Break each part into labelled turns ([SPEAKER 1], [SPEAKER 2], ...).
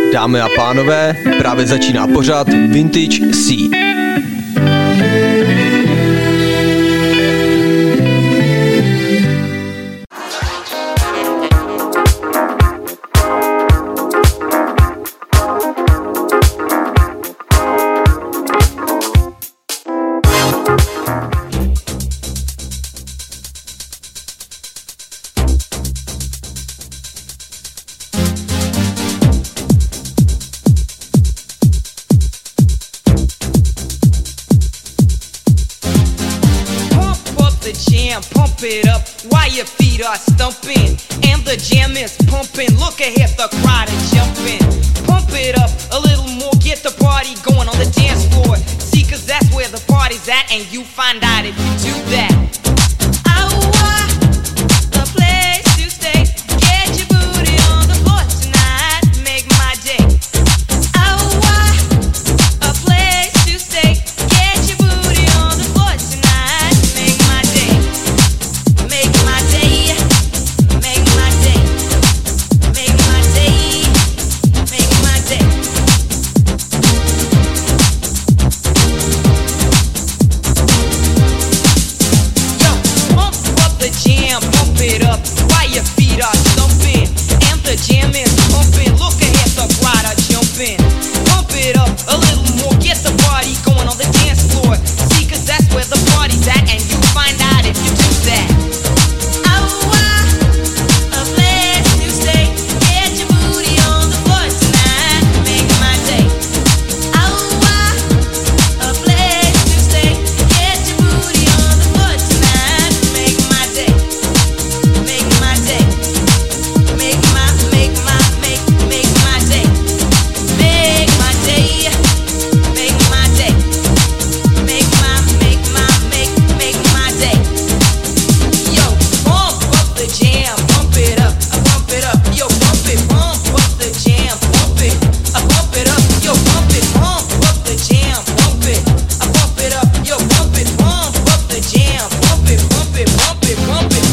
[SPEAKER 1] Dámy a pánové, právě začíná pořad Vintage C.
[SPEAKER 2] Pump it up while your feet are stumping and the jam is pumping. Look ahead, the crowd is jumping. Pump it up a little more, get the party going on the dance floor. See, cause that's where the party's at, and you find out if you do that. A place to stay. Get your booty on the floor tonight. Make my day. A place to stay. Get your booty on the floor tonight. Make my day. Make my day. Make my day. Make my day. Make my day. Yo, pump up the jam, pump it up while your feet are stumping and the jam is pumping. Look ahead, the crowd are jumping. Pump it up a little more, get the party going on the dance floor. See, cause that's where the party's at, and you find out if you do that. A place to stay. Get your booty on the floor tonight. Make my day. A place to stay. Get your booty on the floor tonight. Make my day. Make my day. Make my day. Make my day. Make my day. Make my day. Make my day. Yo, pump up the jam, pump it up, pump it up. Yo, pump it, pump up the jam, pump it, pump it up. Yo, pump it, pump up the jam, pump it, pump it up. Yo, pump it, pump up the jam, pump it, pump it, pump it, pump it.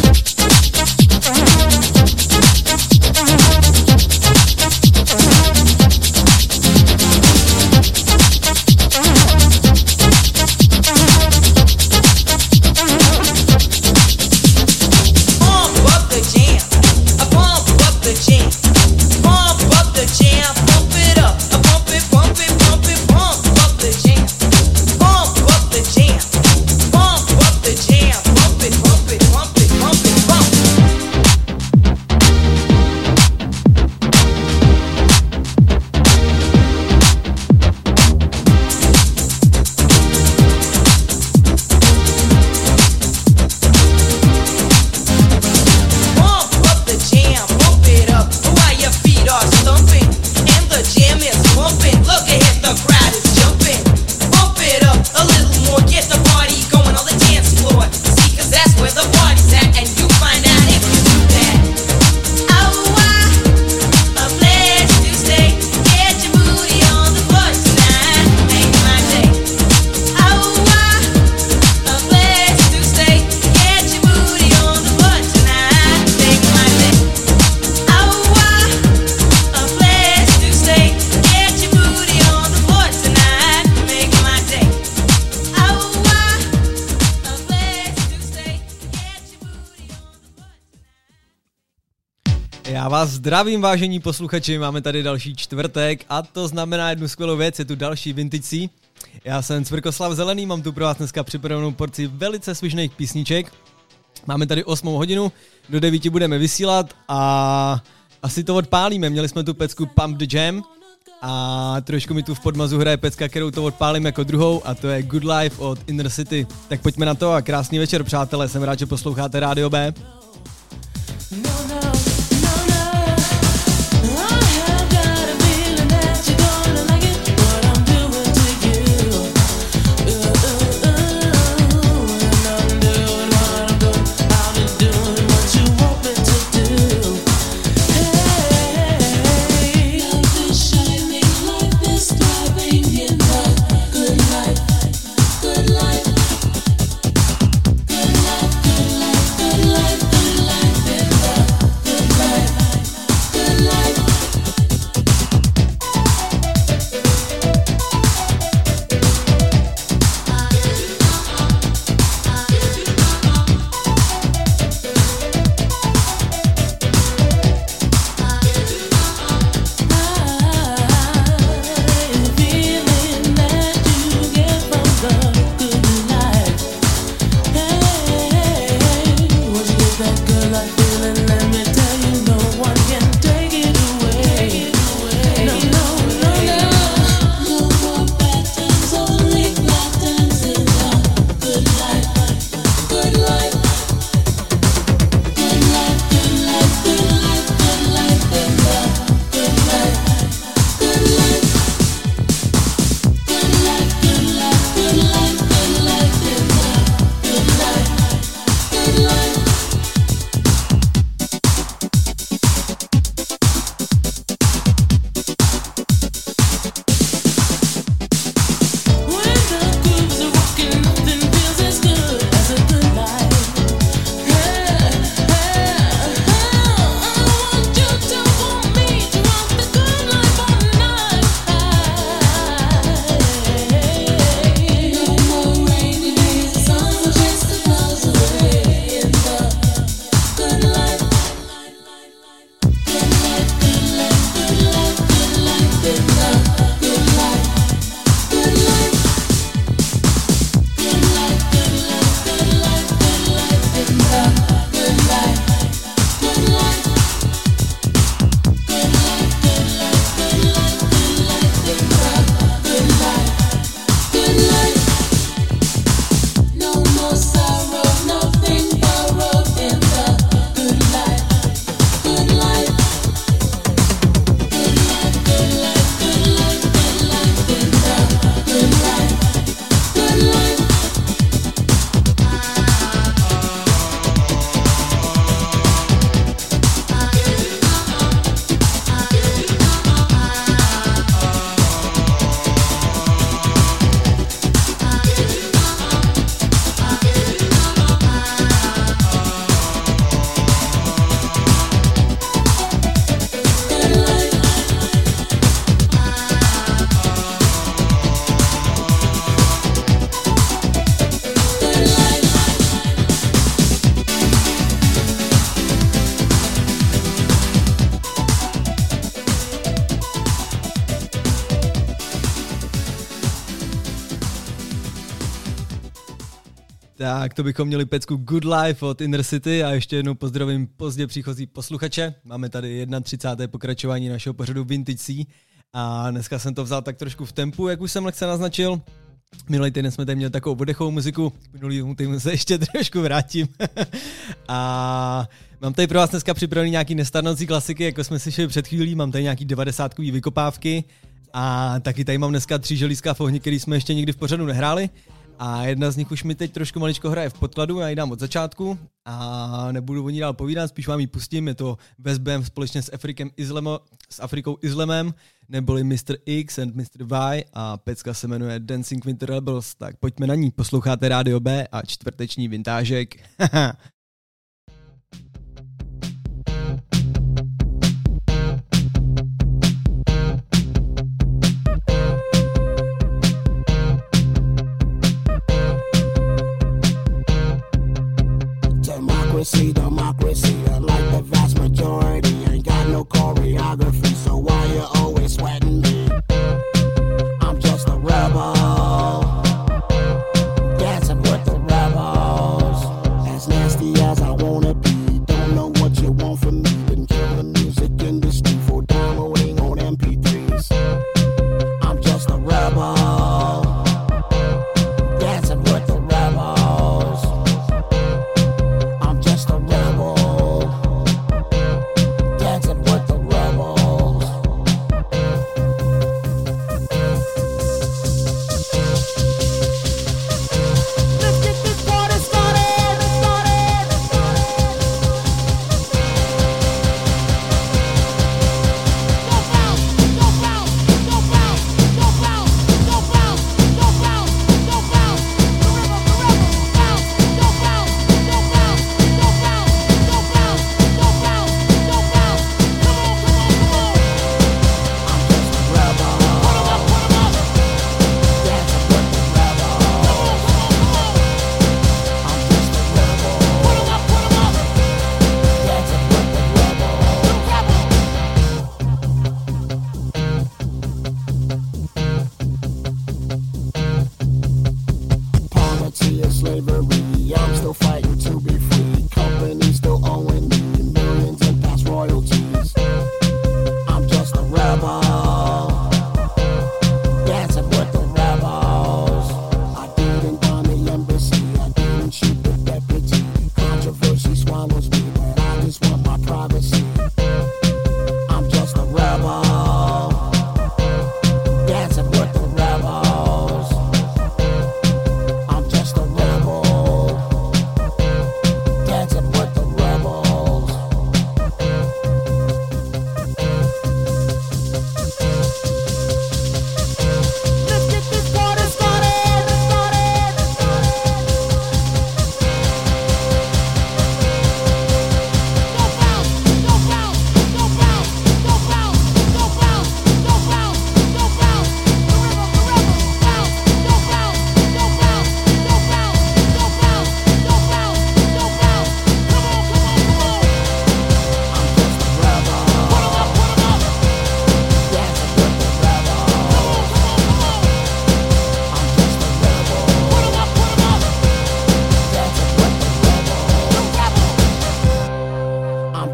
[SPEAKER 2] Pump up the jam, pump up the jam, pump up the jam, pump it up, pump it, pump it, pump it, pump up the jam, pump up the jam, pump up the jam, pump it, pump it, pump it, pump it, pump. Pump up the jam, pump it up while your feet are stumping and the jam is pumping. Look ahead, the crowd is jumping. Pump it up a little more, get the party going on the dance floor. See, cause that's where the party's at, and you find out if you do that. A place to stay. Get your booty on the floor tonight. Make my day. A place to stay. Get your booty on the floor tonight. Make my day. A place to stay. Get your booty on the floor tonight. Make my day. A place to stay. Get your booty on the floor tonight.
[SPEAKER 1] Já vás zdravím, vážení posluchači, máme tady další čtvrtek a to znamená jednu skvělou věc, je tu další Vintage C. Já jsem Cvrkoslav Zelený, mám tu pro vás dneska připravenou porci velice svižných písniček. Máme tady 8 hodinu, do 9 budeme vysílat a asi to odpálíme. Měli jsme tu pecku Pump the Jam a trošku mi tu v podmazu hraje pecka, kterou to odpálím jako druhou a to je Good Life od Inner City. Tak pojďme na to a krásný večer, přátelé, jsem rád, že posloucháte Rádio B.
[SPEAKER 3] Good life.
[SPEAKER 1] Tak to bychom měli pecku Good Life od Inner City a ještě jednou pozdravím pozdě příchozí posluchače. Máme tady 31. pokračování našeho pořadu Vintage C a dneska jsem to vzal tak trošku v tempu, jak už jsem lehce naznačil. Minulý týden jsme tady měli takovou oddechovou muziku, minulý týden se ještě trošku vrátím. A mám tady pro vás dneska připravený nějaký nestarnoucí klasiky, jako jsme slyšeli před chvílí, mám tady nějaký 90kový vykopávky a taky tady mám dneska 3 želízka v ohni, který jsme ještě nikdy v pořadu nehráli. A jedna z nich už mi teď trošku maličko hraje v podkladu, já ji dám od začátku a nebudu o ní dál povídat, spíš vám ji pustím, je to West Bam společně s Afrikou Islamem, neboli Mr. X and Mr. Y a pecka se jmenuje Dancing Winter Rebels, tak pojďme na ní, posloucháte Rádio B a čtvrteční vintážek.
[SPEAKER 3] Democracy, unlike the vast majority, ain't got no choreography, so why you always sweating me? I'm just a rebel, dancing with the rebels, as nasty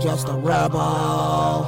[SPEAKER 3] just a rebel.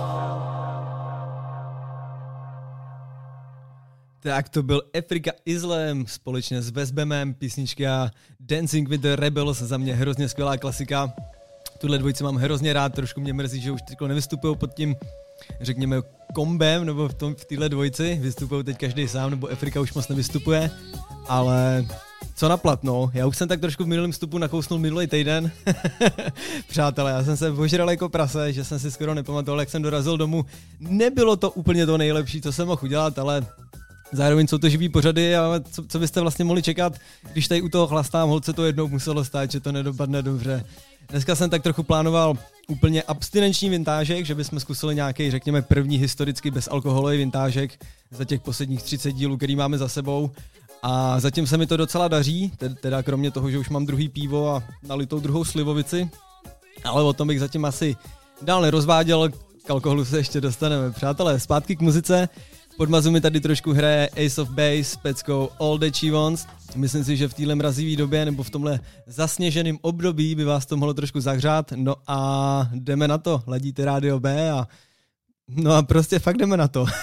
[SPEAKER 1] Tak to byl Africa Islam společně s Westbamem, písnička Dancing with the Rebels, za mě hrozně skvělá klasika. Tuhle dvojici mám hrozně rád, trošku mě mrzí, že už teďko nevystupují pod tím, řekněme, kombem, nebo v téhle dvojici, vystupují teď každý sám, nebo Afrika už moc nevystupuje, ale co naplatno, já už jsem tak trošku v minulém vstupu nakousnul minulý týden. Přátelé, já jsem se požral jako prase, že jsem si skoro nepamatoval, jak jsem dorazil domů. Nebylo to úplně to nejlepší, co jsem mohl udělat, ale zároveň jsou to živý pořady a co byste vlastně mohli čekat, když tady u toho chlastám, holce to jednou muselo stát, že to nedopadne dobře. Dneska jsem tak trochu plánoval úplně abstinenční vintážek, že bychom zkusili nějaký, řekněme, první historicky bezalkoholový vintážek za těch posledních 30 dílů, který máme za sebou. A zatím se mi to docela daří, teda kromě toho, že už mám druhý pivo a nalitou druhou slivovici. Ale o tom bych zatím asi dál nerozváděl, k alkoholu se ještě dostaneme. Přátelé, zpátky k muzice. Pod mazu mi tady trošku hraje Ace of Base s peckou All That She Wants. Myslím si, že v téhle mrazivý době nebo v tomhle zasněženém období by vás to mohlo trošku zahřát. No a jdeme na to, ladíte Rádio B a no a prostě fakt jdeme na to.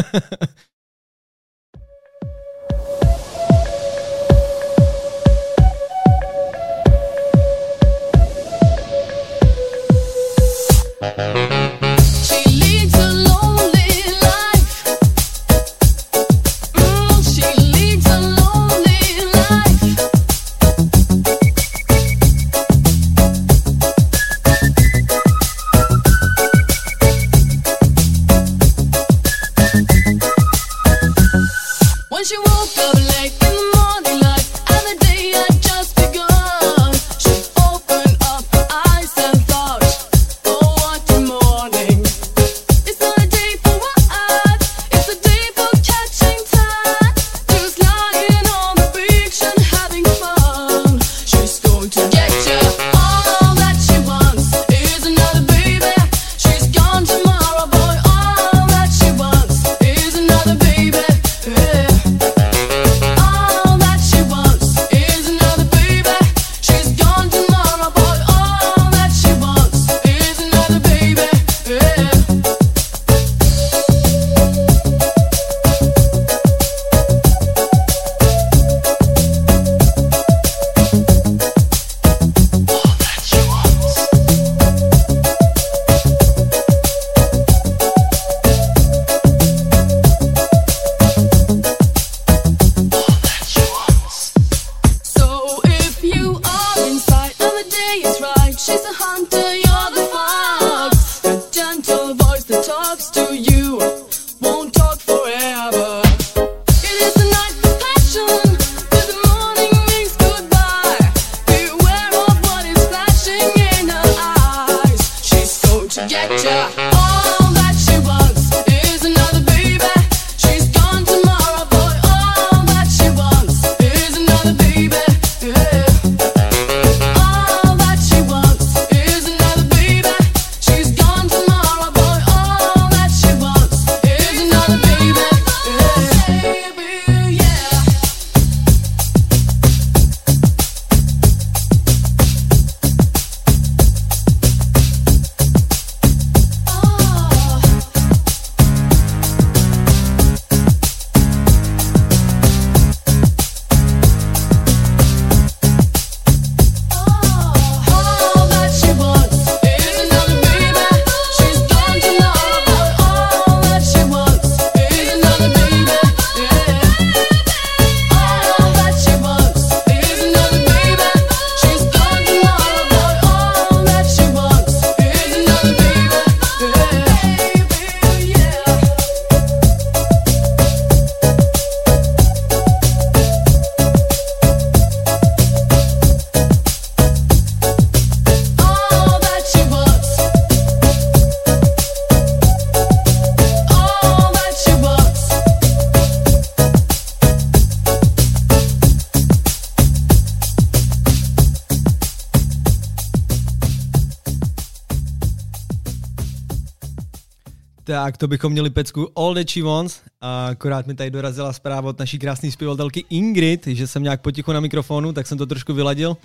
[SPEAKER 1] Tak to bychom měli pecku All That She Wants a akorát mi tady dorazila zpráva od naší krásné zpěvatelky Ingrid, že jsem nějak potichu na mikrofonu, tak jsem to trošku vyladil.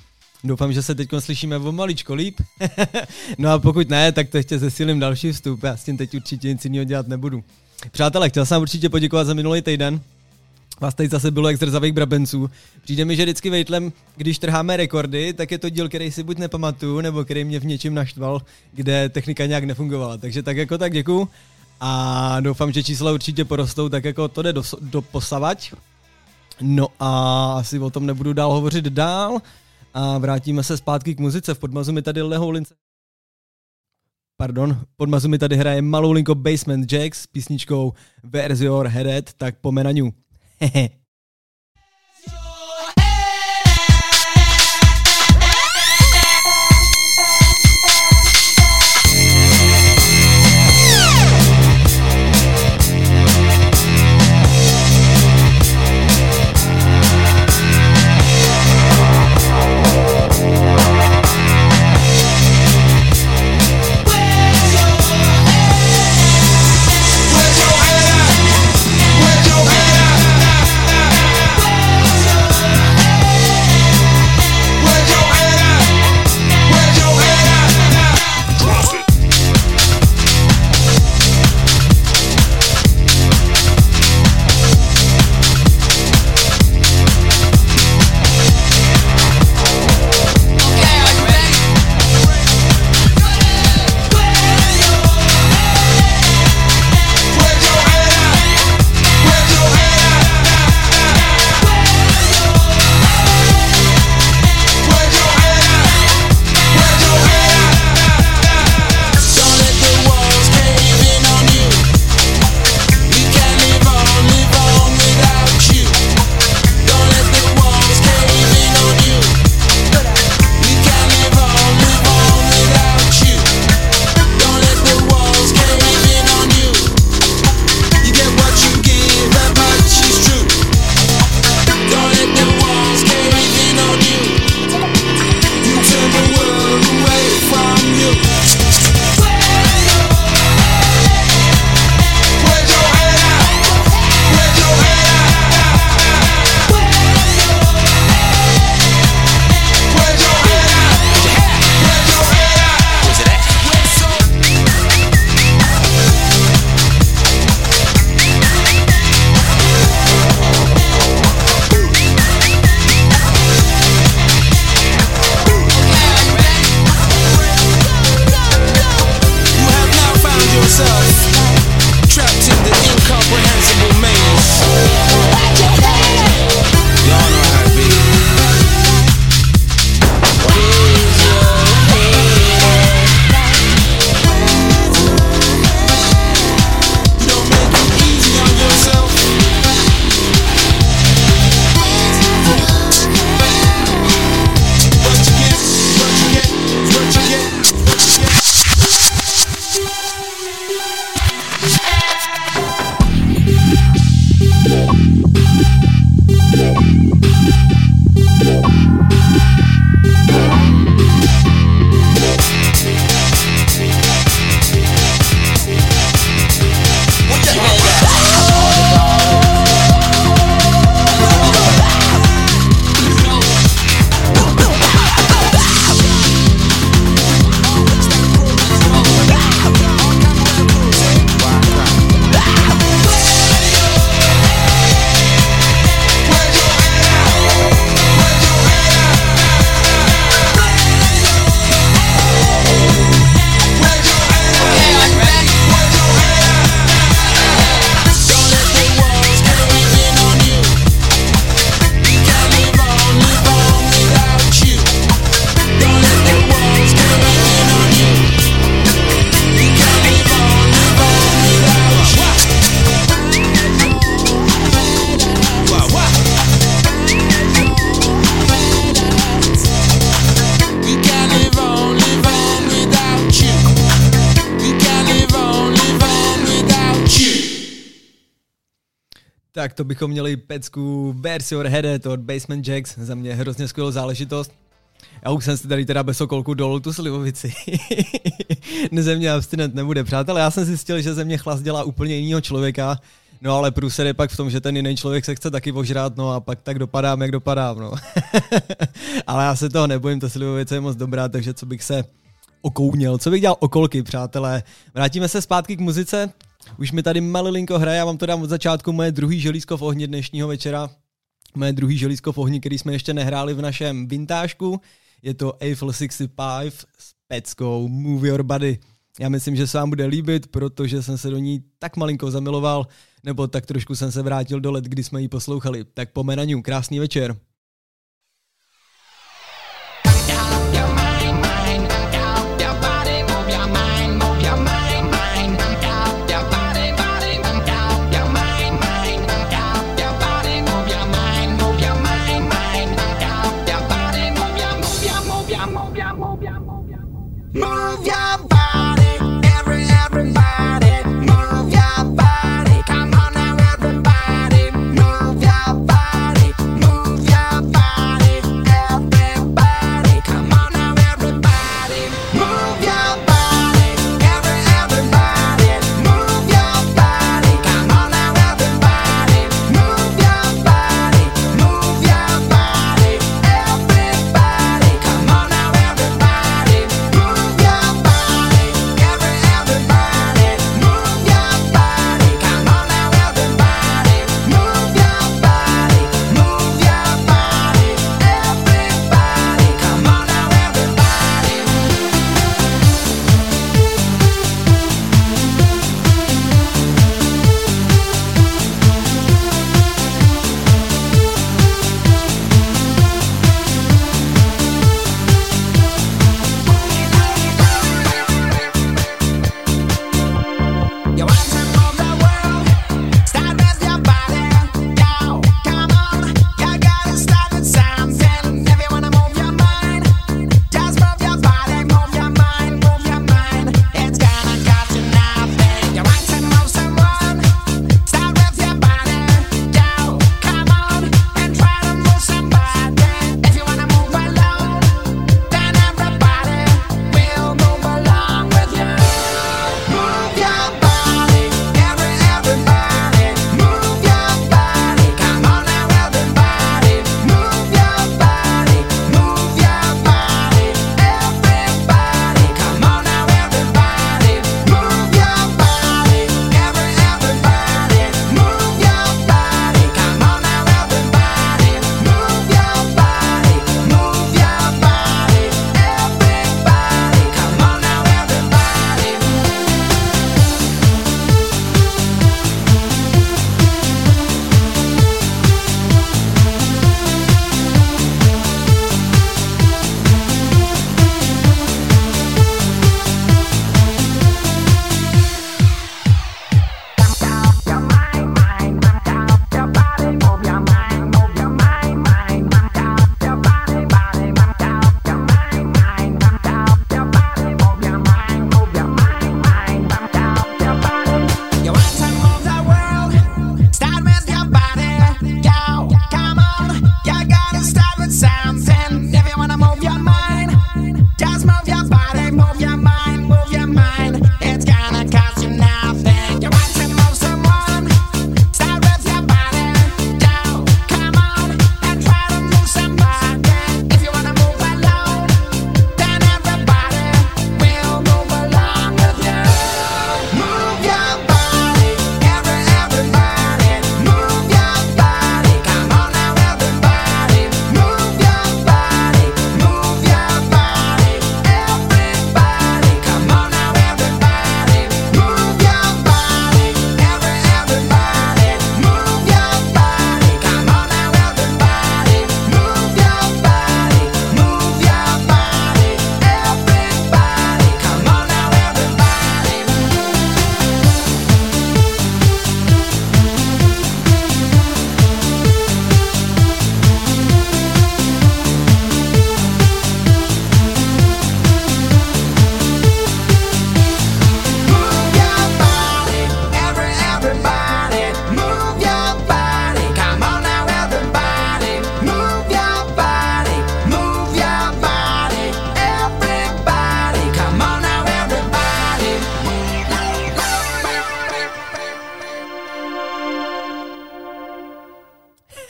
[SPEAKER 1] Doufám, že se teď slyšíme o maličko líp. No a pokud ne, tak to ještě zesílím další vstup. Já s tím teď určitě nic jiného dělat nebudu. Přátelé, chtěl jsem určitě poděkovat za minulý týden. Vás tady zase bylo jak zrzavých brabenců. Přijde mi, že vždycky vejtlem, když trháme rekordy, tak je to díl, který si buď nepamatuju, nebo který mě v něčem naštval, kde technika nějak nefungovala. Takže tak jako tak děkuju. A doufám, že čísla určitě porostou, tak jako to jde do posavať. No a asi o tom nebudu dál hovořit dál. A vrátíme se zpátky k muzice. V podmazu mi tady podmazu mi tady hraje malou linko Basement Jacks s písničkou Where's Your Head, tak pomenaňu. Hehe. Tak to bychom měli pecku Where's Your Head od Basement Jacks, za mě hrozně skvělou záležitost. Já už jsem si tady teda bez okolku dolů tu slivovici. Ze mě abstinent nebude, přátelé, já jsem zjistil, že ze mě chlas dělá úplně jinýho člověka, No ale průser je pak v tom, že ten jiný člověk se chce taky ožrát, no a pak tak dopadám, jak dopadám, no. Ale já se toho nebojím, ta slivovice je moc dobrá, takže co bych se okouněl, co bych dělal okolky, přátelé. Vrátíme se zpátky k muzice, už mi tady malilinko hraje, já vám to dám od začátku, moje druhý želízko v ohni dnešního večera. Moje druhý želízko v ohni, který jsme ještě nehráli v našem vintážku, je to Eiffel 65 s peckou Move Your Body. Já myslím, že se vám bude líbit, protože jsem se do ní tak malinko zamiloval, nebo tak trošku jsem se vrátil do let, kdy jsme ji poslouchali. Tak pojďme na ní, krásný večer.
[SPEAKER 3] Move your body, everybody, move your body. Come on now, everybody, move your body, move your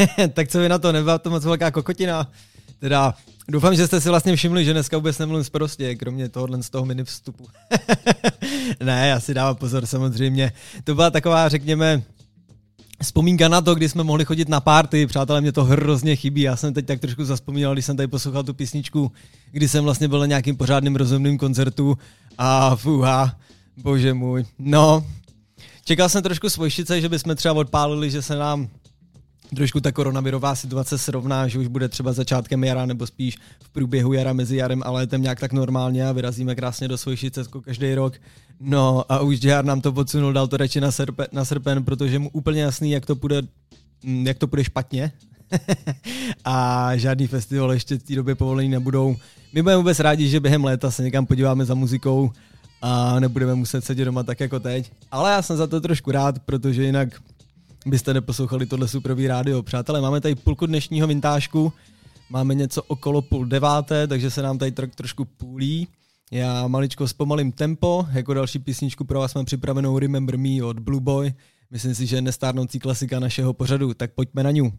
[SPEAKER 1] Tak co vy na to, nebyla to moc velká kokotina? Teda doufám, že jste si vlastně všimli, že dneska vůbec nemluvím sprostě, kromě tohohle z toho mini vstupu. Ne, já si dávám pozor samozřejmě. To byla taková, řekněme, vzpomínka na to, kdy jsme mohli chodit na party, přátelé, mě to hrozně chybí, já jsem teď tak trošku zazpomínal, když jsem tady poslouchal tu písničku, kdy jsem vlastně byl na nějakým pořádným rozumným koncertu a fuha, bože můj, no. Čekal jsem trošku s Vojšice, že bychom třeba odpálili, že se nám trošku ta koronavirová situace srovná, že už bude třeba začátkem jara nebo spíš v průběhu jara mezi jarem a létem nějak tak normálně a vyrazíme krásně do Svojšice jako každý rok. No a už JR nám to podsunul, dal to radši na srpen, protože mu úplně jasný, jak to půjde špatně. A žádný festival ještě v té době povolený nebudou. My budeme vůbec rádi, že během léta se někam podíváme za muzikou a nebudeme muset sedět doma tak jako teď. Ale já jsem za to trošku rád, protože jinak byste neposlouchali tohle superový rádio. Přátelé, máme tady půlku dnešního vintážku, máme něco okolo 8:30, takže se nám tady trošku půlí. Já maličko zpomalím tempo, jako další písničku pro vás mám připravenou Remember Me od Blue Boy. Myslím si, že je nestárnoucí klasika našeho pořadu, tak pojďme na ňu.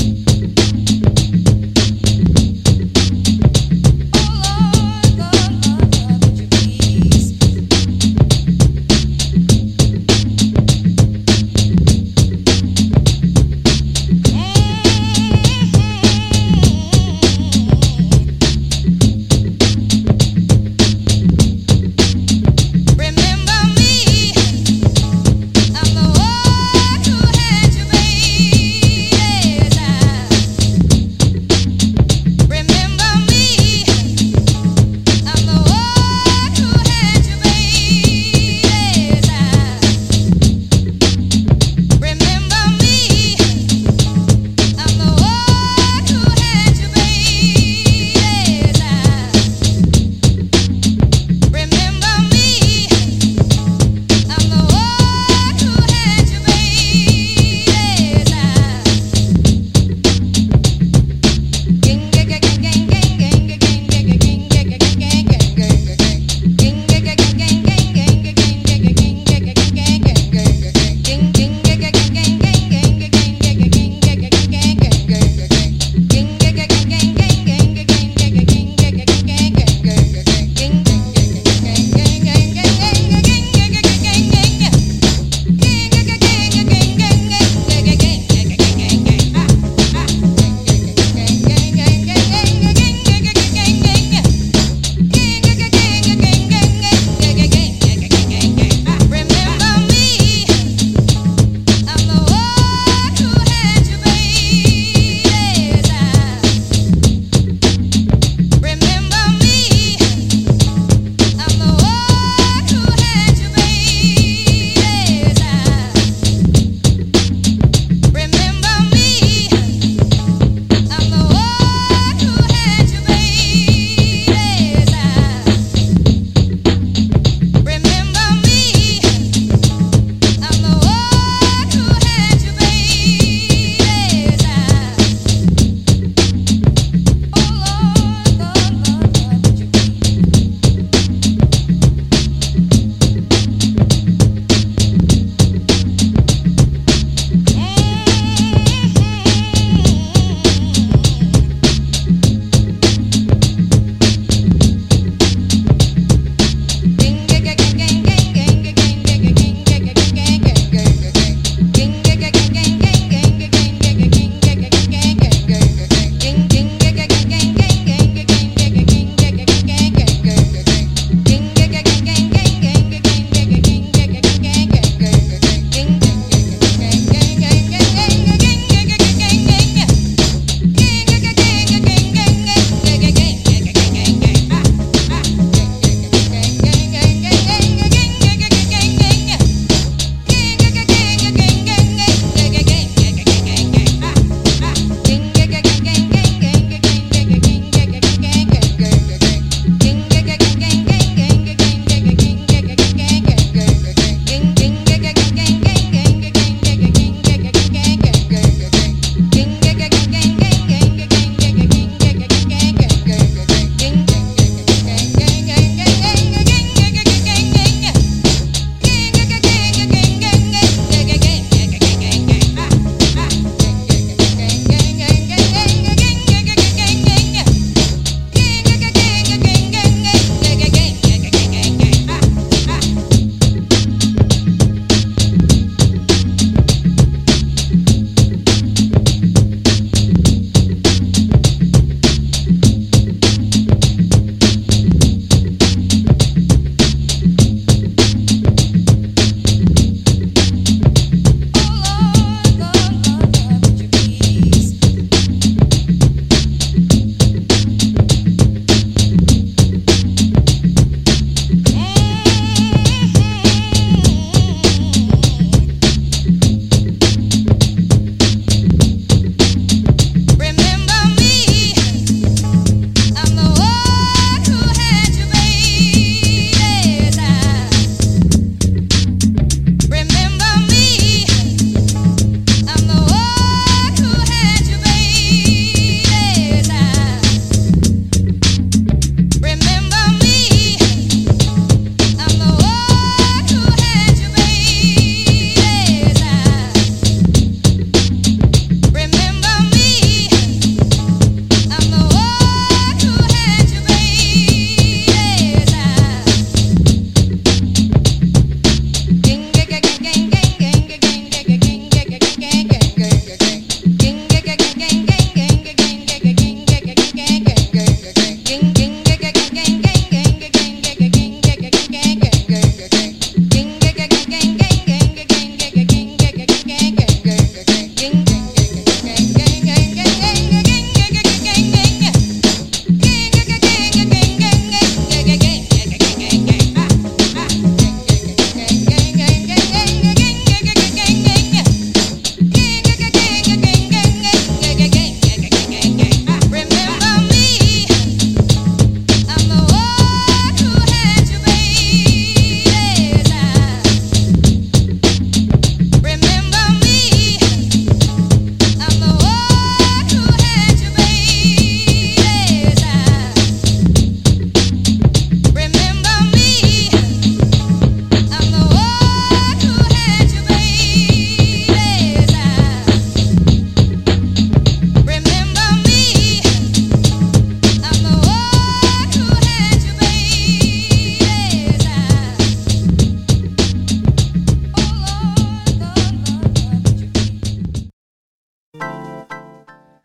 [SPEAKER 2] Oh Lord,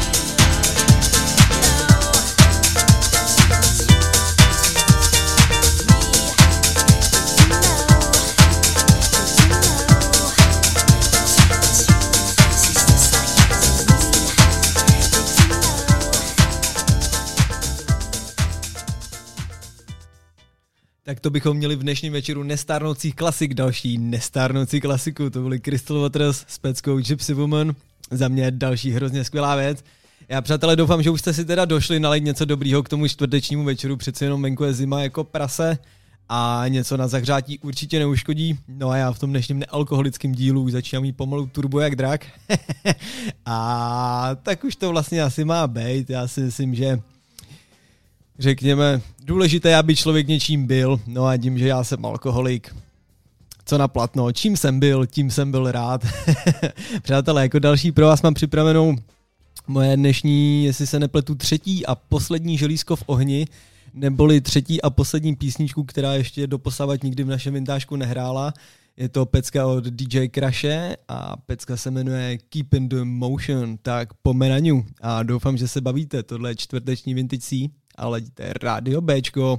[SPEAKER 1] Tak to bychom měli v dnešním večeru nestárnoucích klasik, další nestárnoucí klasiku, to byly Crystal Waters s peckou Gypsy Woman, za mě další hrozně skvělá věc. Já přátelé doufám, že už jste si teda došli nalejt něco dobrýho k tomu čtvrtečnímu večeru, přece jenom venku je zima jako prase a něco na zahřátí určitě neuškodí. No a já v tom dnešním nealkoholickém dílu už začínám mít pomalu turbo jak drak. A tak už to vlastně asi má být, já si myslím, že řekněme, důležité, aby člověk něčím byl, no a tím, že já jsem alkoholik, co naplatno, čím jsem byl, tím jsem byl rád. Přátelé, jako další pro vás mám připravenou moje dnešní, jestli se nepletu, třetí a poslední želízko v ohni, neboli třetí a poslední písničku, která ještě doposavad nikdy v našem vintážku nehrála. Je to pecka od DJ Crashe a pecka se jmenuje Keep in the Motion, tak pomenaňu a doufám, že se bavíte, tohle je čtvrteční Vintage C a ladíte Rádio Bčko.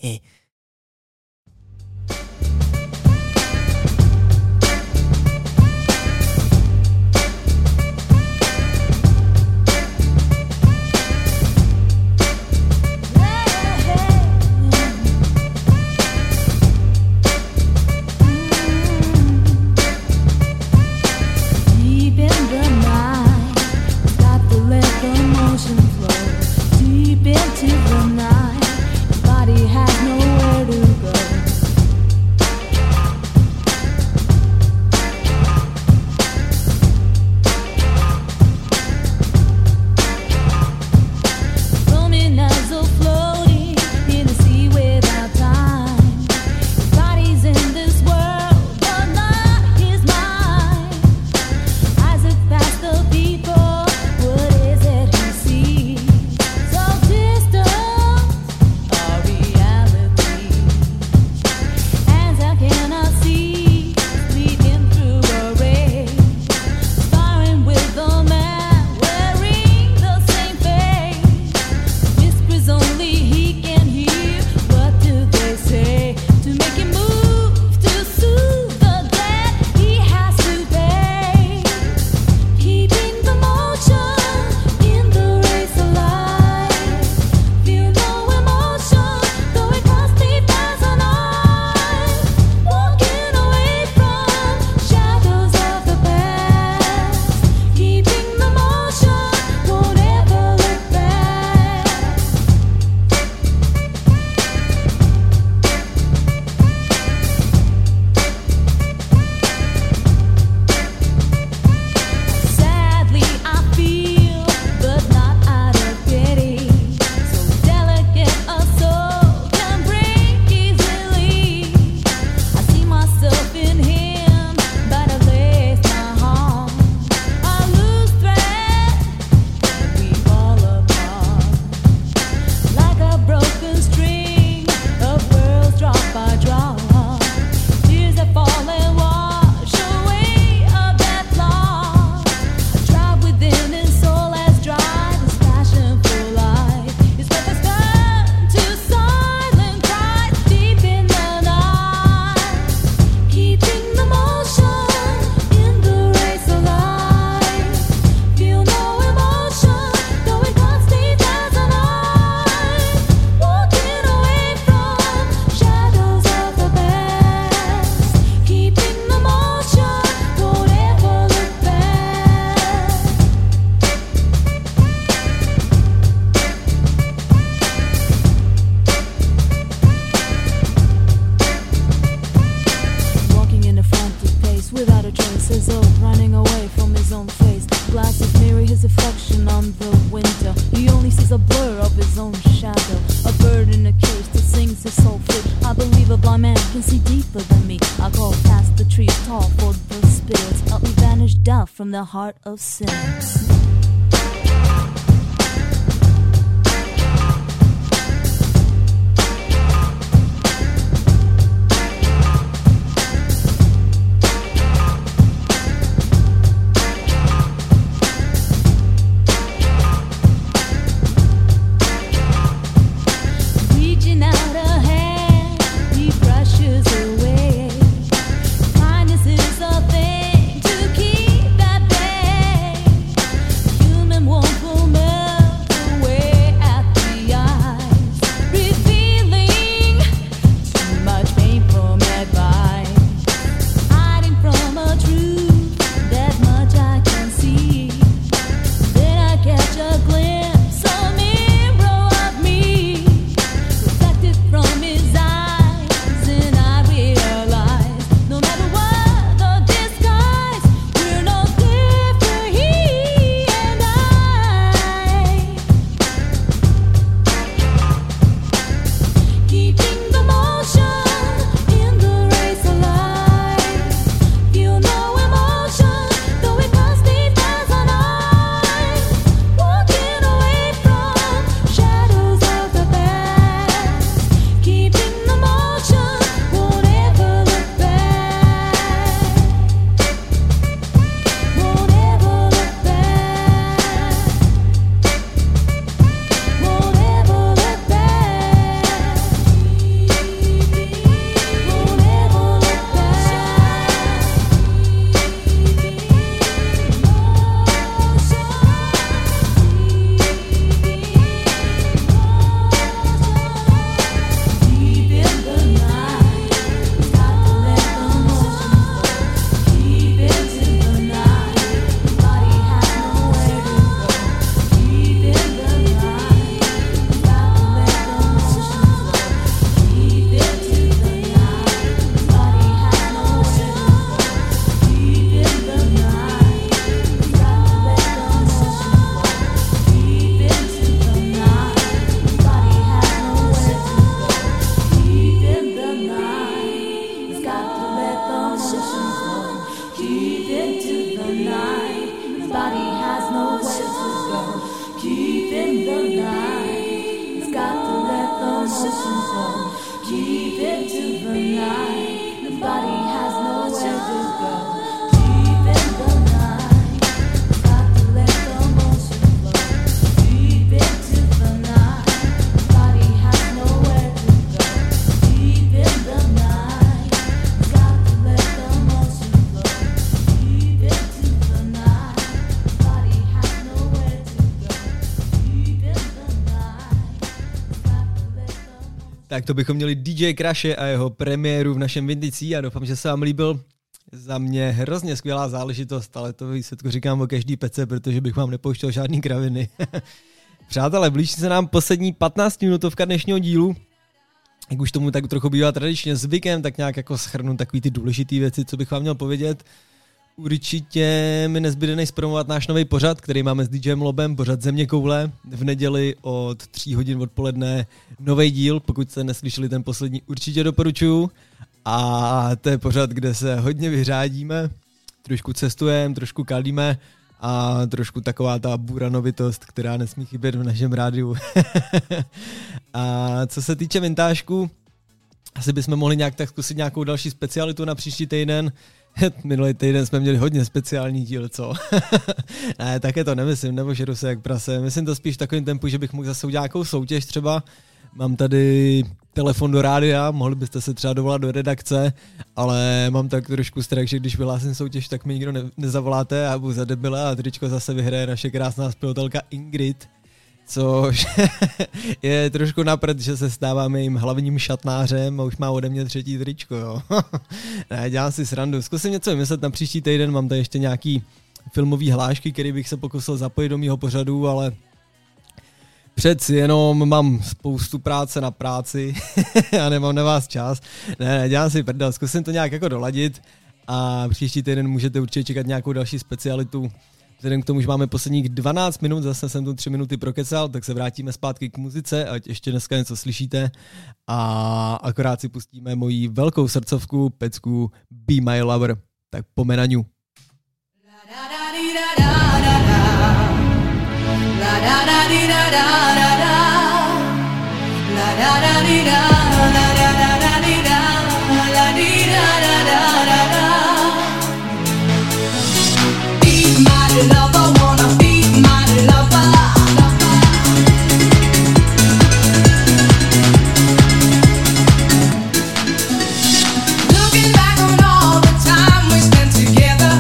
[SPEAKER 4] Into the night, body has nowhere to go. From the heart of sins. Kindness is a thing to keep at bay.
[SPEAKER 1] Tak to bychom měli DJ Crashe a jeho premiéru v našem Vintage a doufám, že se vám líbil. Za mě hrozně skvělá záležitost, ale to výsledku říkám o každý pece, protože bych vám nepouštěl žádný kraviny. Přátelé, blíží se nám poslední 15-minutovka dnešního dílu. Jak už tomu tak trochu bývá tradičně zvykem, tak nějak jako shrnu takový ty důležitý věci, co bych vám měl povědět. Určitě mi nezbyde než promovat náš nový pořad, který máme s DJem Lobem, pořad Země koule. V neděli od 3 hodin odpoledne nový díl, pokud jste neslyšeli ten poslední, určitě doporučuju. A to je pořad, kde se hodně vyřádíme, trošku cestujeme, trošku kalíme a trošku taková ta buranovitost, která nesmí chybět v našem rádiu. A co se týče vintážku, asi bychom mohli nějak tak zkusit nějakou další specialitu na příští týden. Minulý týden jsme měli hodně speciální díl, co? Ne, také to nemyslím, nevožeru se jak prase. Myslím to spíš v takovém tempu, že bych mohl zase udělat nějakou soutěž třeba. Mám tady telefon do rádia, mohli byste se třeba dovolat do redakce, ale mám tak trošku strach, že když vyhlásím soutěž, tak mi nikdo nezavoláte a budu za debila a tričko zase vyhraje naše krásná zpěvatelka Ingrid, což je trošku napřed, že se stáváme jim hlavním šatnářem a už má ode mě 3. tričko, jo. Ne, dělám si srandu. Zkusím něco vymyslet na příští týden, mám tady ještě nějaký filmový hlášky, který bych se pokusil zapojit do mýho pořadu, ale přeci jenom mám spoustu práce na práci a nemám na vás čas. Ne, dělám si prdel, zkusím to nějak jako doladit a příští týden můžete určitě čekat nějakou další specialitu. Vzhledem k tomu, že máme posledních 12 minut, zase jsem tu 3 minuty prokecal, tak se vrátíme zpátky k muzice, ať ještě dneska něco slyšíte a akorát si pustíme moji velkou srdcovku, pecku Be My Lover. Tak pomenaňu.
[SPEAKER 2] Lover, wanna be my lover. Looking back on all the time we spent together,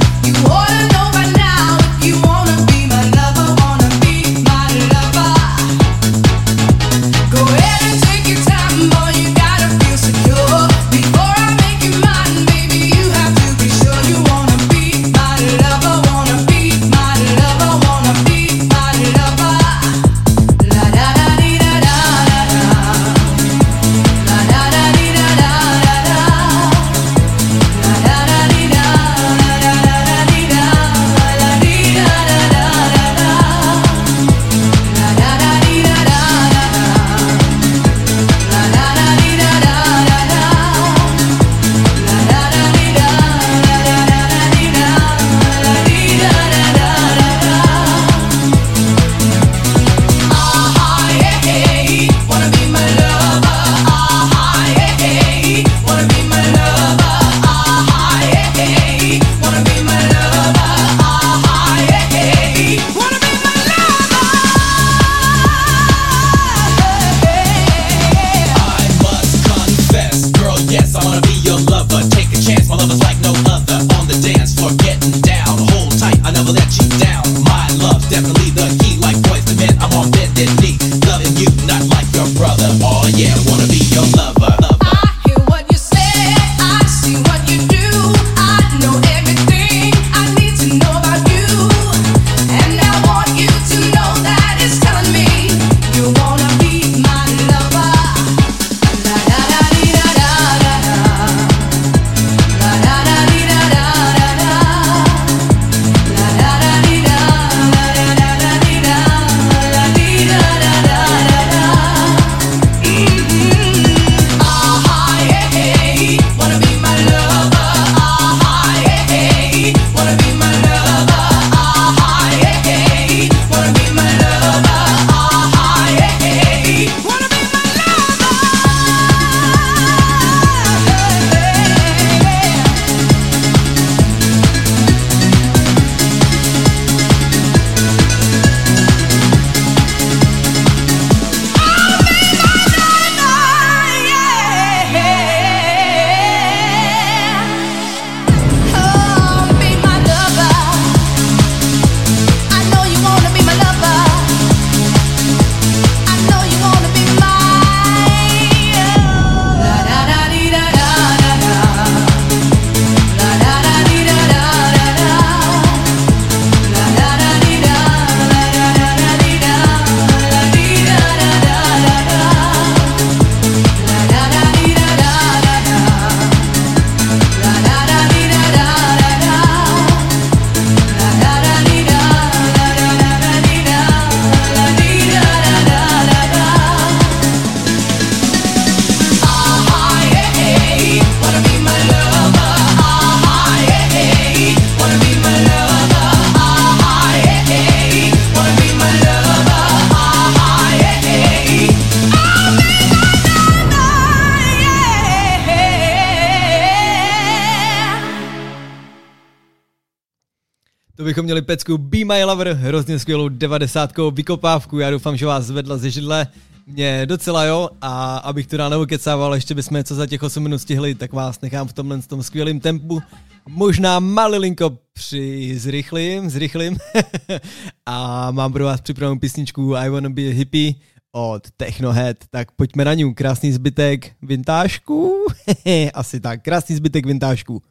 [SPEAKER 1] To bychom měli pecku Be My Lover, hrozně skvělou 90kovou vykopávku, já doufám, že vás zvedla ze židle, mě docela jo, a abych to dál neokecával, ještě bychom něco za těch 8 minut stihli, tak vás nechám v tomhle tom skvělém tempu, možná malilinko zrychlím a mám pro vás připravenou písničku I Wanna Be a Hippie od Technohead, tak pojďme na ní, krásný zbytek vintážku, asi tak, krásný zbytek vintážku.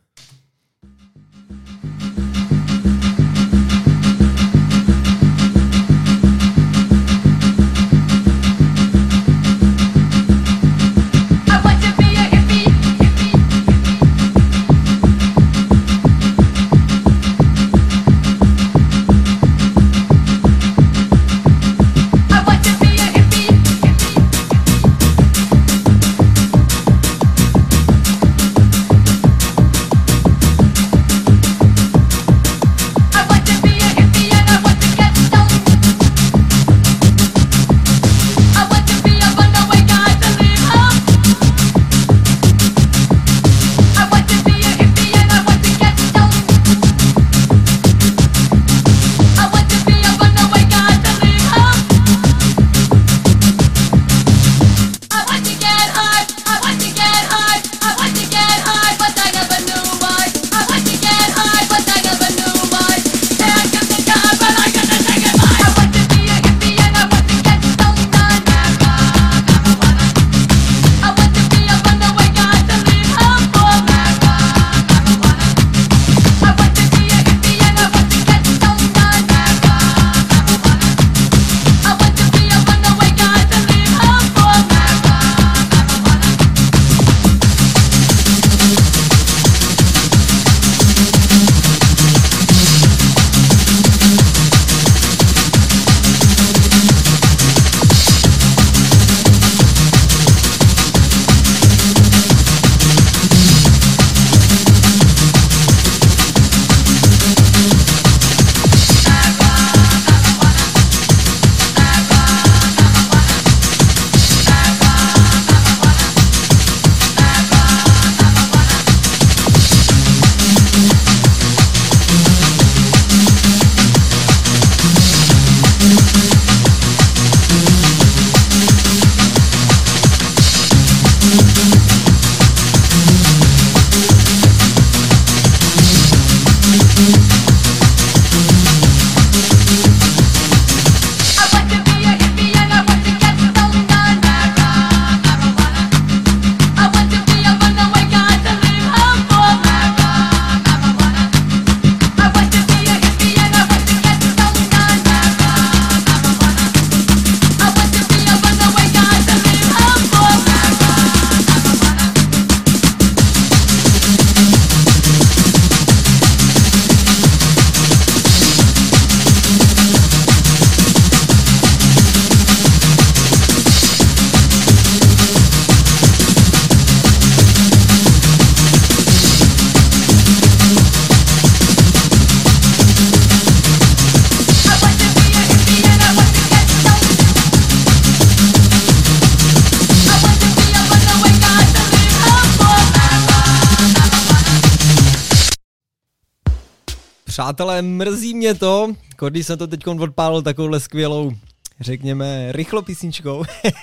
[SPEAKER 1] Přátelé, mrzí mě to, když jsem to teď odpálil takovouhle skvělou, řekněme, rychlo písničkou.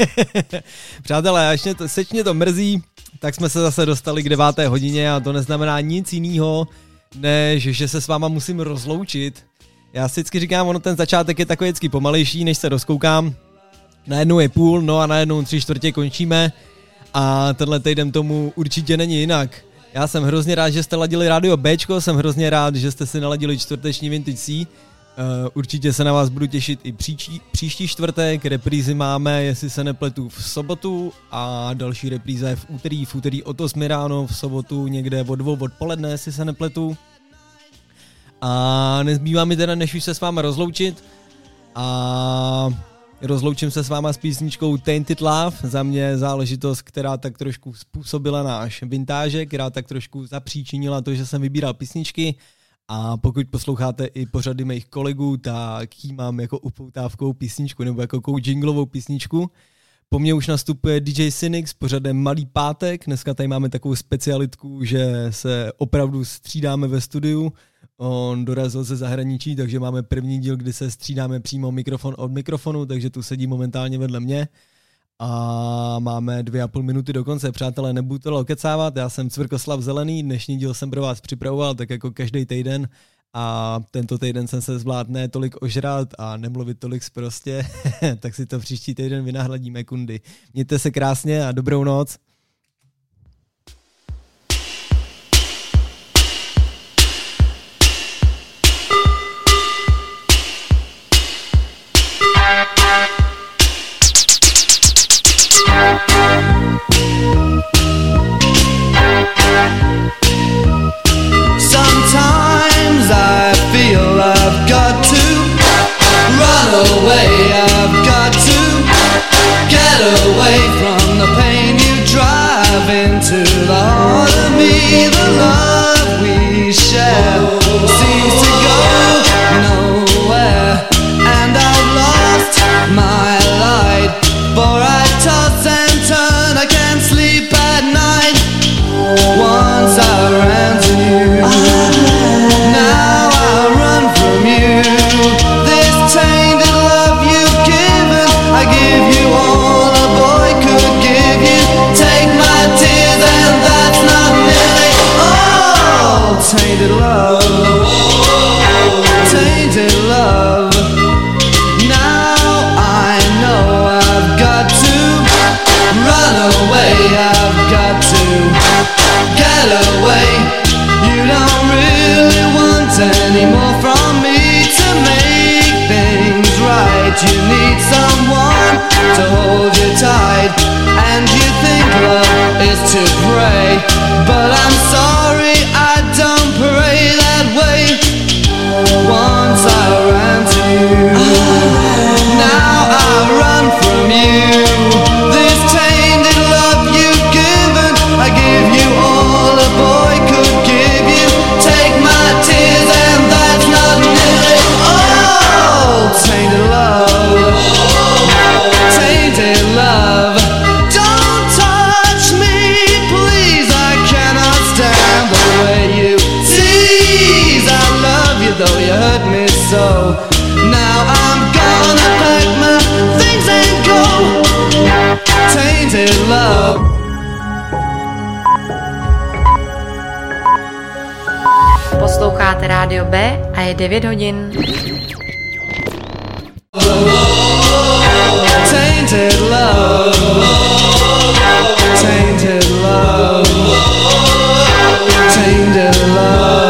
[SPEAKER 1] Přátelé, až mě to mrzí, tak jsme se zase dostali k 9. hodině a to neznamená nic jiného, než že se s váma musím rozloučit. Já si vždycky říkám, ono ten začátek je takový vždycky pomalejší, než se rozkoukám. Najednou je půl, no a najednou 3/4 končíme a tenhle týden tomu určitě není jinak. Já jsem hrozně rád, že jste ladili rádio Bčko, jsem hrozně rád, že jste si naladili čtvrteční Vintage C. Určitě se na vás budu těšit i příští čtvrtek, reprízy máme, jestli se nepletu, v sobotu a další repríza je v úterý od 8 ráno, v sobotu někde od 2 odpoledne, jestli se nepletu. A nezbývá mi teda, než už se s váma rozloučit a rozloučím se s váma s písničkou Tainted Love, za mě záležitost, která tak trošku způsobila náš vintáže, která tak trošku zapříčinila to, že jsem vybíral písničky. A pokud posloucháte i pořady mých kolegů, tak ji mám jako upoutávkou písničku nebo jako jinglovou písničku. Po mně už nastupuje DJ Cynic s pořadem Malý pátek. Dneska tady máme takovou specialitku, že se opravdu střídáme ve studiu. On dorazil ze zahraničí, takže máme první díl, kdy se střídáme přímo mikrofon od mikrofonu, takže tu sedí momentálně vedle mě. A máme 2,5 minuty do konce. Přátelé, nebuďte lokecávat, já jsem Cvrkoslav Zelený, dnešní díl jsem pro vás připravoval, tak jako každý týden. A tento týden jsem se zvládl ne tolik ožrat a nemluvit tolik sprostě, tak si to příští týden vynahradíme, kundy. Mějte se krásně a dobrou noc.
[SPEAKER 5] Sometimes I feel I've got to run away, I've got to get away from the pain you drive into the heart of me. The love we share seems to go nowhere, and I've lost my light, for I toss and turn, I can't sleep at night. Once I ran to you, now I run from you. This tainted love you've given, I give you all a boy could give you. Take my tears and that's not nearly all. Tainted love, tainted love. Now I know I've got to run away, I've got to get away. You don't really want any more from me to make things right. You need someone to hold you tight, and you think love is to pray, but I'm sorry, I don't pray that way. Once I ran to you, now I run from you. This tainted love you've given, I give you all a boy could give you. Take my tears and that's not nearly all. Tainted love, tainted love. Don't touch me, please, I cannot stand the way you tease. I love you though you hurt me so. Now I'm gonna pack my things and go. Tainted love.
[SPEAKER 6] Posloucháte Rádio B a je 9 hodin.
[SPEAKER 5] Tainted love, tainted love, tainted love.